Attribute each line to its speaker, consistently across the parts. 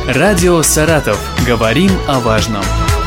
Speaker 1: Радио «Саратов». Говорим о важном.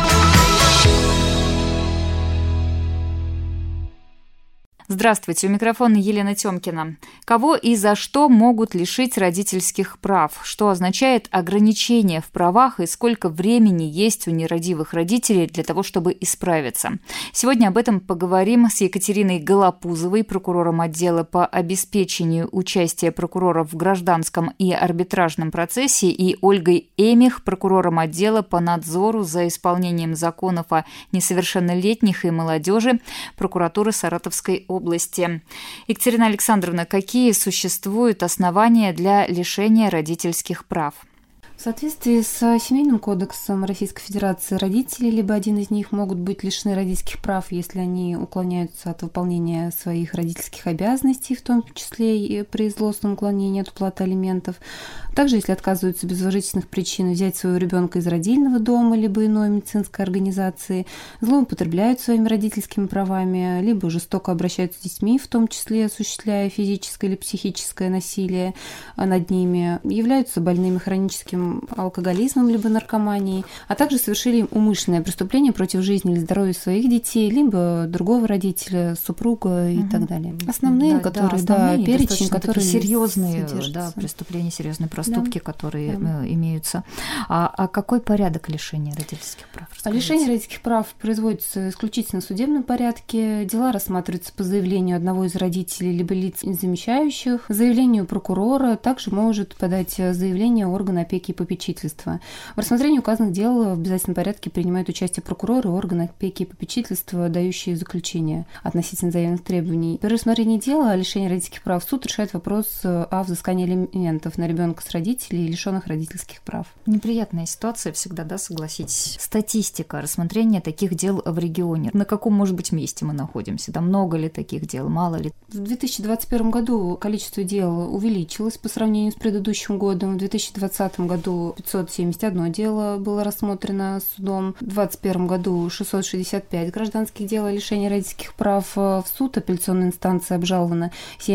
Speaker 2: Здравствуйте, у микрофона Елена Тёмкина. Кого и за что могут лишить родительских прав? Что означает ограничение в правах и сколько времени есть у нерадивых родителей для того, чтобы исправиться? Сегодня об этом поговорим с Екатериной Голопузовой, прокурором отдела по обеспечению участия прокуроров в гражданском и арбитражном процессе, и Ольгой Эмих, прокурором отдела по надзору за исполнением законов о несовершеннолетних и молодежи прокуратуры Саратовской области. Екатерина Александровна, какие существуют основания для лишения родительских прав?
Speaker 3: В соответствии с Семейным кодексом Российской Федерации родители, либо один из них, могут быть лишены родительских прав, если они уклоняются от выполнения своих родительских обязанностей, в том числе и при злостном уклонении от уплаты алиментов. Также, если отказываются без уважительных причин взять своего ребенка из родильного дома, либо иной медицинской организации, злоупотребляют своими родительскими правами, либо жестоко обращаются с детьми, в том числе осуществляя физическое или психическое насилие над ними, являются больными хроническим алкоголизмом либо наркоманией, а также совершили умышленное преступление против жизни или здоровья своих детей, либо другого родителя, супруга и так далее. Основные, перечень, которые
Speaker 2: серьезные преступления, серьезные проступки, которые имеются. А какой порядок лишения родительских прав?
Speaker 3: Лишение родительских прав производится исключительно в судебном порядке. Дела рассматриваются по заявлению одного из родителей либо лиц замещающих. Заявлению прокурора также может подать заявление орган опеки и попечительства. В рассмотрении указанных дел в обязательном порядке принимают участие прокуроры, органы опеки и попечительства, дающие заключение относительно заявленных требований. При рассмотрении дела о лишении родительских прав суд решает вопрос о взыскании алиментов на ребенка с родителей, лишенных родительских прав.
Speaker 2: Неприятная ситуация всегда, согласитесь. Статистика рассмотрения таких дел в регионе. На каком, может быть, месте мы находимся? Да много ли таких дел, мало ли?
Speaker 3: В 2021 году количество дел увеличилось по сравнению с предыдущим годом. В 2020 году 571 дело было рассмотрено судом. В 2021 году 665 гражданских дел о лишении родительских прав. В суд апелляционной инстанции обжаловано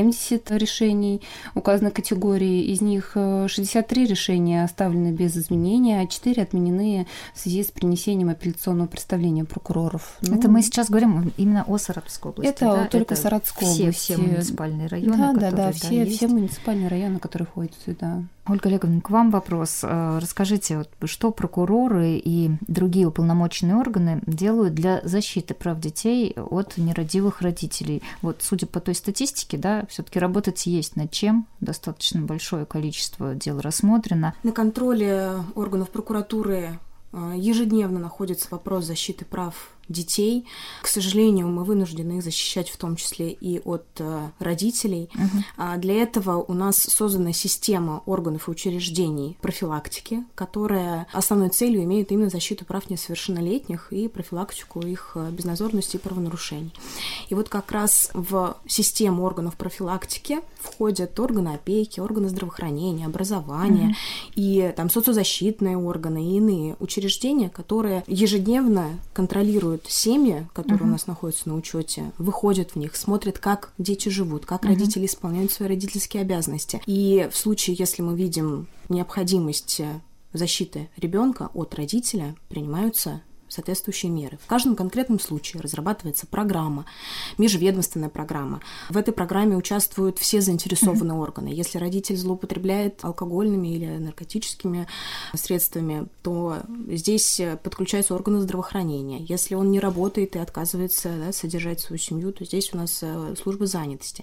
Speaker 3: 70 решений указанной категории. Из них 63 решения оставлены без изменения, а 4 отменены в связи с принесением апелляционного представления прокуроров.
Speaker 2: Это мы сейчас говорим именно о Саратовской области.
Speaker 3: Это только Саратовской области.
Speaker 2: Все муниципальные районы,
Speaker 3: все муниципальные районы, которые входят сюда.
Speaker 2: Ольга Олеговна, к вам вопрос. Расскажите, что прокуроры и другие уполномоченные органы делают для защиты прав детей от нерадивых родителей? Судя по той статистике, все-таки работать есть над чем. Достаточно большое количество дел рассмотрено.
Speaker 4: На контроле органов прокуратуры ежедневно находится вопрос защиты прав детей. К сожалению, мы вынуждены их защищать в том числе и от родителей. Для этого у нас создана система органов и учреждений профилактики, которая основной целью имеет именно защиту прав несовершеннолетних и профилактику их безнадзорности и правонарушений. И как раз в систему органов профилактики входят органы опеки, органы здравоохранения, образования и социозащитные органы и иные учреждения, которые ежедневно контролируют семьи, которые у нас находятся на учете, выходят в них, смотрят, как дети живут, как родители исполняют свои родительские обязанности. И в случае, если мы видим необходимость защиты ребенка от родителя, принимаются соответствующие меры. В каждом конкретном случае разрабатывается программа, межведомственная программа. В этой программе участвуют все заинтересованные органы. Если родитель злоупотребляет алкогольными или наркотическими средствами, то здесь подключаются органы здравоохранения. Если он не работает и отказывается содержать свою семью, то здесь у нас служба занятости.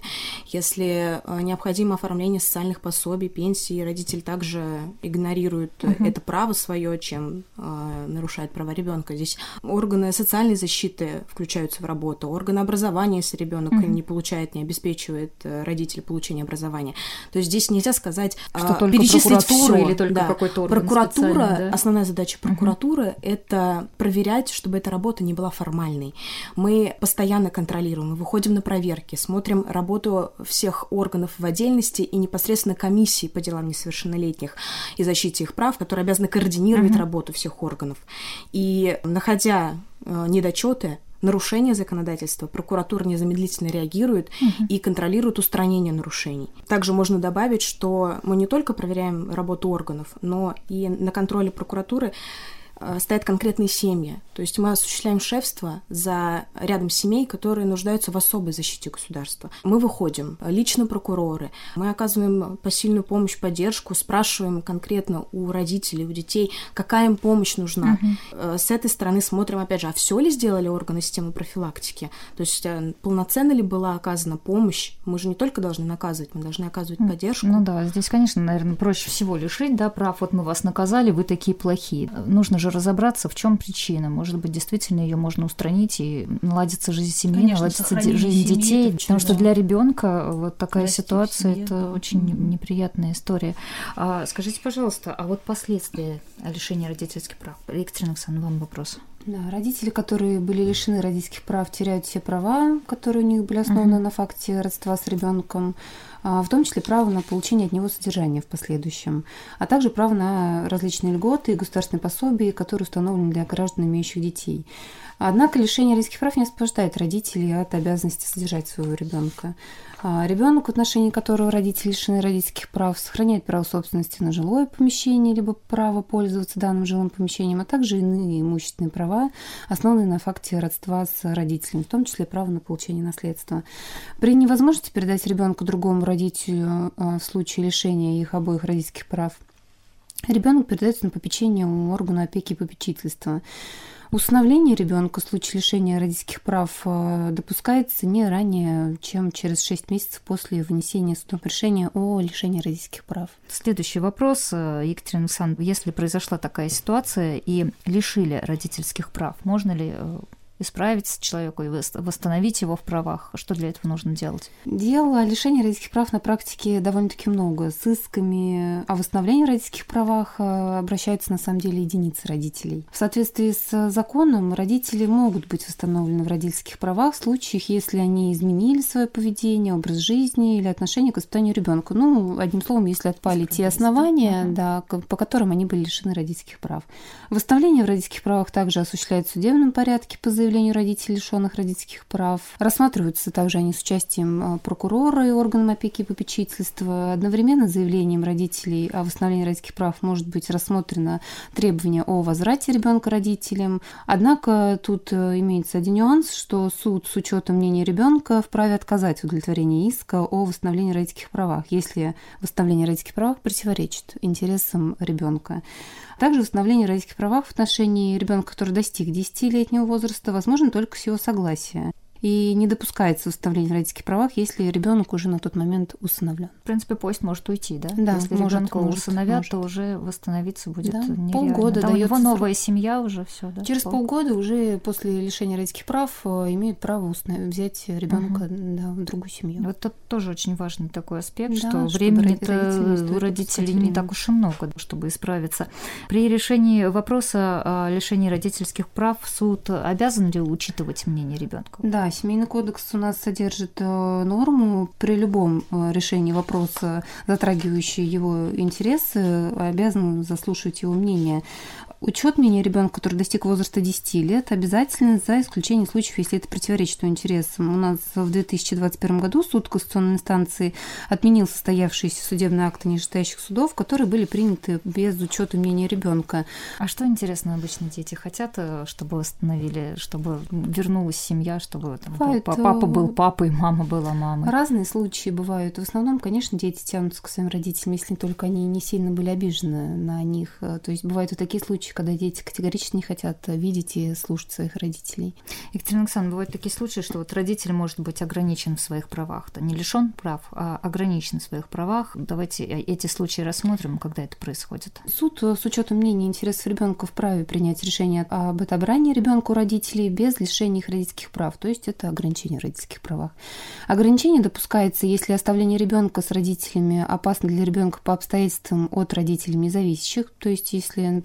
Speaker 4: Если необходимо оформление социальных пособий, пенсий, родитель также игнорирует это право свое, чем нарушает права ребенка. Здесь органы социальной защиты включаются в работу, органы образования, если ребенок не получает, не обеспечивает родителей получение образования. То есть здесь нельзя сказать,
Speaker 2: что только
Speaker 4: перечислить
Speaker 2: прокуратура
Speaker 4: всё.
Speaker 2: или только какой-то орган
Speaker 4: прокуратура, основная задача прокуратуры – это проверять, чтобы эта работа не была формальной. Мы постоянно контролируем, мы выходим на проверки, смотрим работу всех органов в отдельности и непосредственно комиссии по делам несовершеннолетних и защите их прав, которые обязаны координировать работу всех органов. И находя недочеты, нарушения законодательства, прокуратура незамедлительно реагирует и контролирует устранение нарушений. Также можно добавить, что мы не только проверяем работу органов, но и на контроле прокуратуры стоят конкретные семьи. То есть мы осуществляем шефство за рядом семей, которые нуждаются в особой защите государства. Мы выходим, лично прокуроры, мы оказываем посильную помощь, поддержку, спрашиваем конкретно у родителей, у детей, какая им помощь нужна. С этой стороны смотрим, опять же, а все ли сделали органы системы профилактики? То есть полноценно ли была оказана помощь? Мы же не только должны наказывать, мы должны оказывать поддержку.
Speaker 2: Ну да, здесь, конечно, наверное, проще всего лишить, да, прав. Вот мы вас наказали, вы такие плохие. Нужно же разобраться, в чем причина. Может быть, действительно ее можно устранить и наладится жизнь семьи, конечно, наладится жизнь детей. Потому что для ребенка вот такая ситуация – это очень неприятная история. Скажите, пожалуйста, а вот последствия лишения родительских прав? Екатерина Александровна, вам вопрос.
Speaker 3: Да, родители, которые были лишены родительских прав, теряют все права, которые у них были основаны на факте родства с ребенком, в том числе право на получение от него содержания в последующем, а также право на различные льготы и государственные пособия, которые установлены для граждан, имеющих детей. Однако лишение родительских прав не освобождает родителей от обязанности содержать своего ребенка. Ребенок, в отношении которого родители лишены родительских прав, сохраняет право собственности на жилое помещение, либо право пользоваться данным жилым помещением, а также иные имущественные права, основанные на факте родства с родителями, в том числе право на получение наследства. При невозможности передать ребенку другому родителю в случае лишения их обоих родительских прав, ребенок передается на попечение органу опеки и попечительства. Усыновление ребенка в случае лишения родительских прав допускается не ранее, чем через 6 месяцев после вынесения судом решения о лишении родительских прав.
Speaker 2: Следующий вопрос, Екатерина Александровна. Если произошла такая ситуация и лишили родительских прав, можно ли исправить человека и восстановить его в правах? Что для этого нужно делать?
Speaker 3: Дел о лишении родительских прав на практике довольно-таки много. С исками о восстановлении родительских правах обращаются на самом деле единицы родителей. В соответствии с законом родители могут быть восстановлены в родительских правах в случаях, если они изменили свое поведение, образ жизни или отношение к воспитанию ребенка. Ну, одним словом, если отпали те основания, да, по которым они были лишены родительских прав. Восстановление в родительских правах также осуществляется в судебном порядке по заявлению родителей, лишенных родительских прав. Рассматриваются также они с участием прокурора и органов опеки и попечительства. Одновременно с заявлением родителей о восстановлении родительских прав может быть рассмотрено требование о возврате ребенка родителям. Однако тут имеется один нюанс, что суд с учетом мнения ребенка вправе отказать в удовлетворении иска о восстановлении родительских правах, если восстановление родительских прав противоречит интересам ребенка. Также восстановление родительских прав в отношении ребенка, который достиг 10-летнего возраста, возможно только с его согласия. И не допускается восстановление в родительских правах, если ребенок уже на тот момент усыновлен.
Speaker 2: В принципе, поезд может уйти, да?
Speaker 3: Да,
Speaker 2: если ребенка усыновят, то уже восстановиться будет нереально.
Speaker 3: Полгода
Speaker 2: да, у него новая семья уже все. Да?
Speaker 3: Через полгода уже после лишения родительских прав имеют право взять ребенка в другую семью.
Speaker 2: Вот это тоже очень важный такой аспект, да, что времени у родителей не так уж и много, чтобы исправиться. При решении вопроса о лишении родительских прав суд обязан ли учитывать мнение ребенка?
Speaker 3: Да, Семейный кодекс у нас содержит норму при любом решении вопроса, затрагивающей его интересы, обязан заслушивать его мнение. Учет мнения ребенка, который достиг возраста 10 лет, обязателен за исключением случаев, если это противоречит его интересам. У нас в 2021 году суд Конституционной инстанции отменил состоявшиеся судебные акты нижестоящих судов, которые были приняты без учета мнения ребенка.
Speaker 2: А что интересно, обычно дети хотят, чтобы восстановили, чтобы вернулась семья, чтобы папа был папой, мама была мамой?
Speaker 3: Разные случаи бывают. В основном, конечно, дети тянутся к своим родителям, если только они не сильно были обижены на них. То есть бывают и такие случаи, когда дети категорически не хотят видеть и слушать своих родителей.
Speaker 2: Екатерина Александровна, бывают такие случаи, что вот родитель может быть ограничен в своих правах, не лишен прав, а ограничен в своих правах. Давайте эти случаи рассмотрим, когда это происходит.
Speaker 3: Суд с учетом мнения и интересов ребенка вправе принять решение об отобрании ребенка у родителей без лишения их родительских прав, то есть это ограничение в родительских правах. Ограничение допускается, если оставление ребенка с родителями опасно для ребенка по обстоятельствам от родителей независящих, то есть если, например,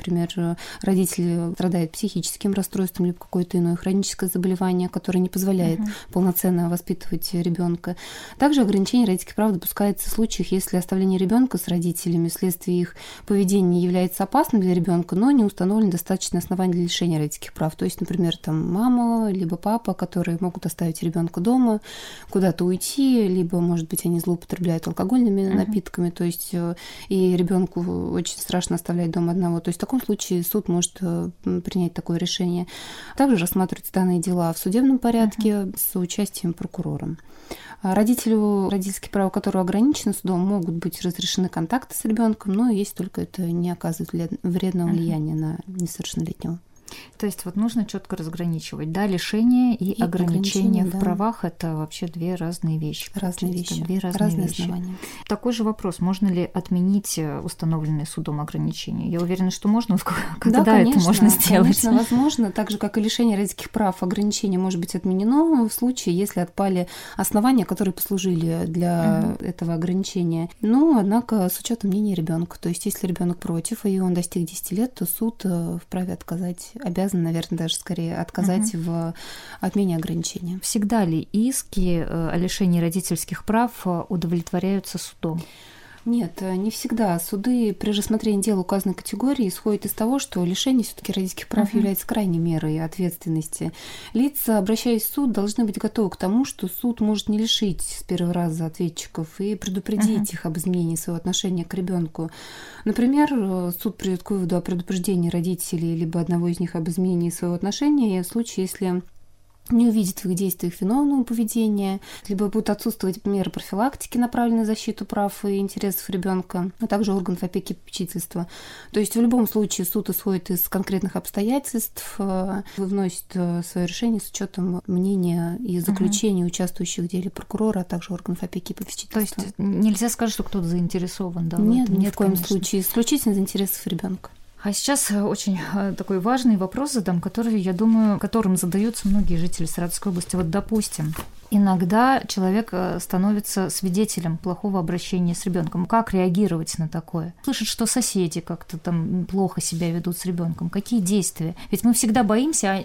Speaker 3: родитель страдает психическим расстройством либо какое-то иное хроническое заболевание, которое не позволяет полноценно воспитывать ребенка. Также ограничение родительских прав допускается в случаях, если оставление ребенка с родителями вследствие их поведения является опасным для ребенка, но не установлено достаточное основание для лишения родительских прав. То есть, например, там мама либо папа, которые могут оставить ребенка дома, куда-то уйти, либо, может быть, они злоупотребляют алкогольными напитками, то есть и ребенку очень страшно оставлять дома одного. То есть в таком случае суд может принять такое решение. Также рассматриваются данные дела в судебном порядке с участием прокурора. Родителю, родительские права которого ограничены судом, могут быть разрешены контакты с ребенком, но если только это не оказывает вредного влияния на несовершеннолетнего.
Speaker 2: То есть вот нужно четко разграничивать, да, лишение и ограничение в правах – это вообще две разные вещи.
Speaker 3: Разные вещи.
Speaker 2: Две разные вещи.
Speaker 3: Основания.
Speaker 2: Такой же вопрос: можно ли отменить установленные судом ограничения? Я уверена, что можно. Когда
Speaker 3: да, конечно,
Speaker 2: это можно сделать?
Speaker 3: Конечно, возможно. Так же, как и лишение родительских прав, ограничение может быть отменено в случае, если отпали основания, которые послужили для этого ограничения. Но, однако, с учетом мнения ребенка. То есть, если ребенок против, и он достиг 10 лет, то суд вправе отказать, обязан, наверное, даже скорее отказать в отмене ограничения.
Speaker 2: Всегда ли иски о лишении родительских прав удовлетворяются судом?
Speaker 3: Нет, не всегда. Суды при рассмотрении дела указанной категории исходят из того, что лишение все-таки родительских прав является крайней мерой ответственности. Лица, обращаясь в суд, должны быть готовы к тому, что суд может не лишить с первого раза ответчиков и предупредить их об изменении своего отношения к ребенку. Например, суд придет к выводу о предупреждении родителей либо одного из них об изменении своего отношения в случае, если не увидит в их действиях виновного поведения, либо будут отсутствовать меры профилактики, направленные на защиту прав и интересов ребенка, а также органов опеки и попечительства. То есть в любом случае суд исходит из конкретных обстоятельств, выносит свое решение с учетом мнения и заключения участвующих в деле прокурора, а также органов опеки и попечительства.
Speaker 2: То есть нельзя сказать, что кто-то заинтересован, да?
Speaker 3: Нет, ни в коем случае. Исключительно из интересов ребенка.
Speaker 2: А сейчас очень такой важный вопрос задам, который, я думаю, которым задаются многие жители Саратовской области. Вот, допустим, иногда человек становится свидетелем плохого обращения с ребенком. Как реагировать на такое? Слышит, что соседи как-то там плохо себя ведут с ребенком. Какие действия? Ведь мы всегда боимся,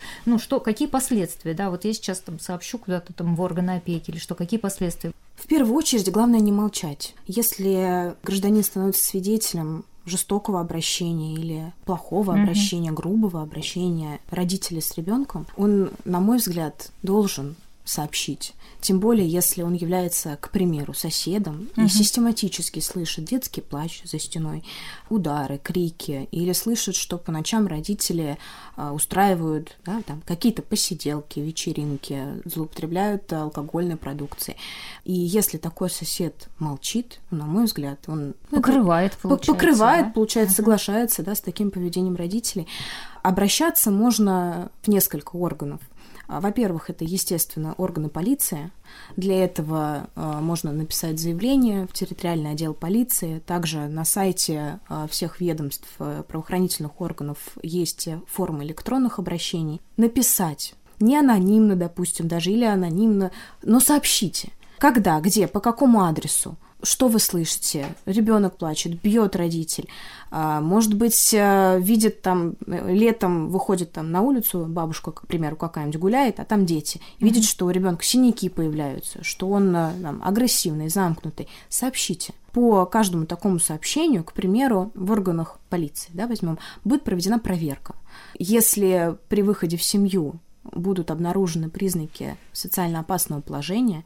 Speaker 2: какие последствия? Да, вот я сейчас там сообщу куда-то там в органы опеки или что, какие последствия?
Speaker 4: В первую очередь, главное не молчать. Если гражданин становится свидетелем жестокого обращения или плохого обращения, грубого обращения родителей с ребенком, он, на мой взгляд, должен сообщить. Тем более, если он является, к примеру, соседом и систематически слышит детский плач за стеной, удары, крики, или слышит, что по ночам родители устраивают какие-то посиделки, вечеринки, злоупотребляют алкогольной продукцией. И если такой сосед молчит, на мой взгляд, он
Speaker 2: покрывает,
Speaker 4: получается, соглашается с таким поведением родителей. Обращаться можно в несколько органов. Во-первых, это, естественно, органы полиции. Для этого можно написать заявление в территориальный отдел полиции. Также на сайте всех ведомств правоохранительных органов есть формы электронных обращений. Написать не анонимно, допустим, даже или анонимно, но сообщите. Когда, где, по какому адресу. Что вы слышите? Ребенок плачет, бьет родитель. Может быть, видит там, летом выходит там на улицу, бабушка, к примеру, какая-нибудь гуляет, а там дети. Видит, что у ребенка синяки появляются, что он агрессивный, замкнутый. Сообщите. По каждому такому сообщению, к примеру, в органах полиции, возьмем, будет проведена проверка. Если при выходе в семью будут обнаружены признаки социально опасного положения,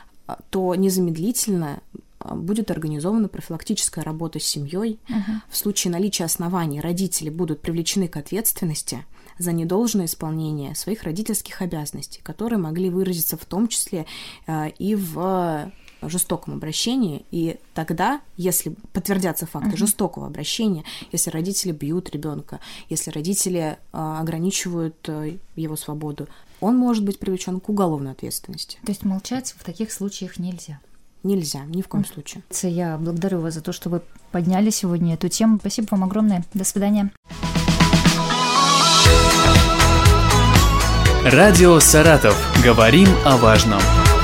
Speaker 4: то незамедлительно будет организована профилактическая работа с семьей. В случае наличия оснований родители будут привлечены к ответственности за недолжное исполнение своих родительских обязанностей, которые могли выразиться в том числе и в жестоком обращении. И тогда, если подтвердятся факты жестокого обращения, если родители бьют ребенка, если родители ограничивают его свободу, он может быть привлечен к уголовной ответственности.
Speaker 2: То есть молчать в таких случаях нельзя?
Speaker 4: Нельзя, ни в коем случае.
Speaker 2: Я благодарю вас за то, что вы подняли сегодня эту тему. Спасибо вам огромное. До свидания.
Speaker 1: Радио «Саратов». Говорим о важном.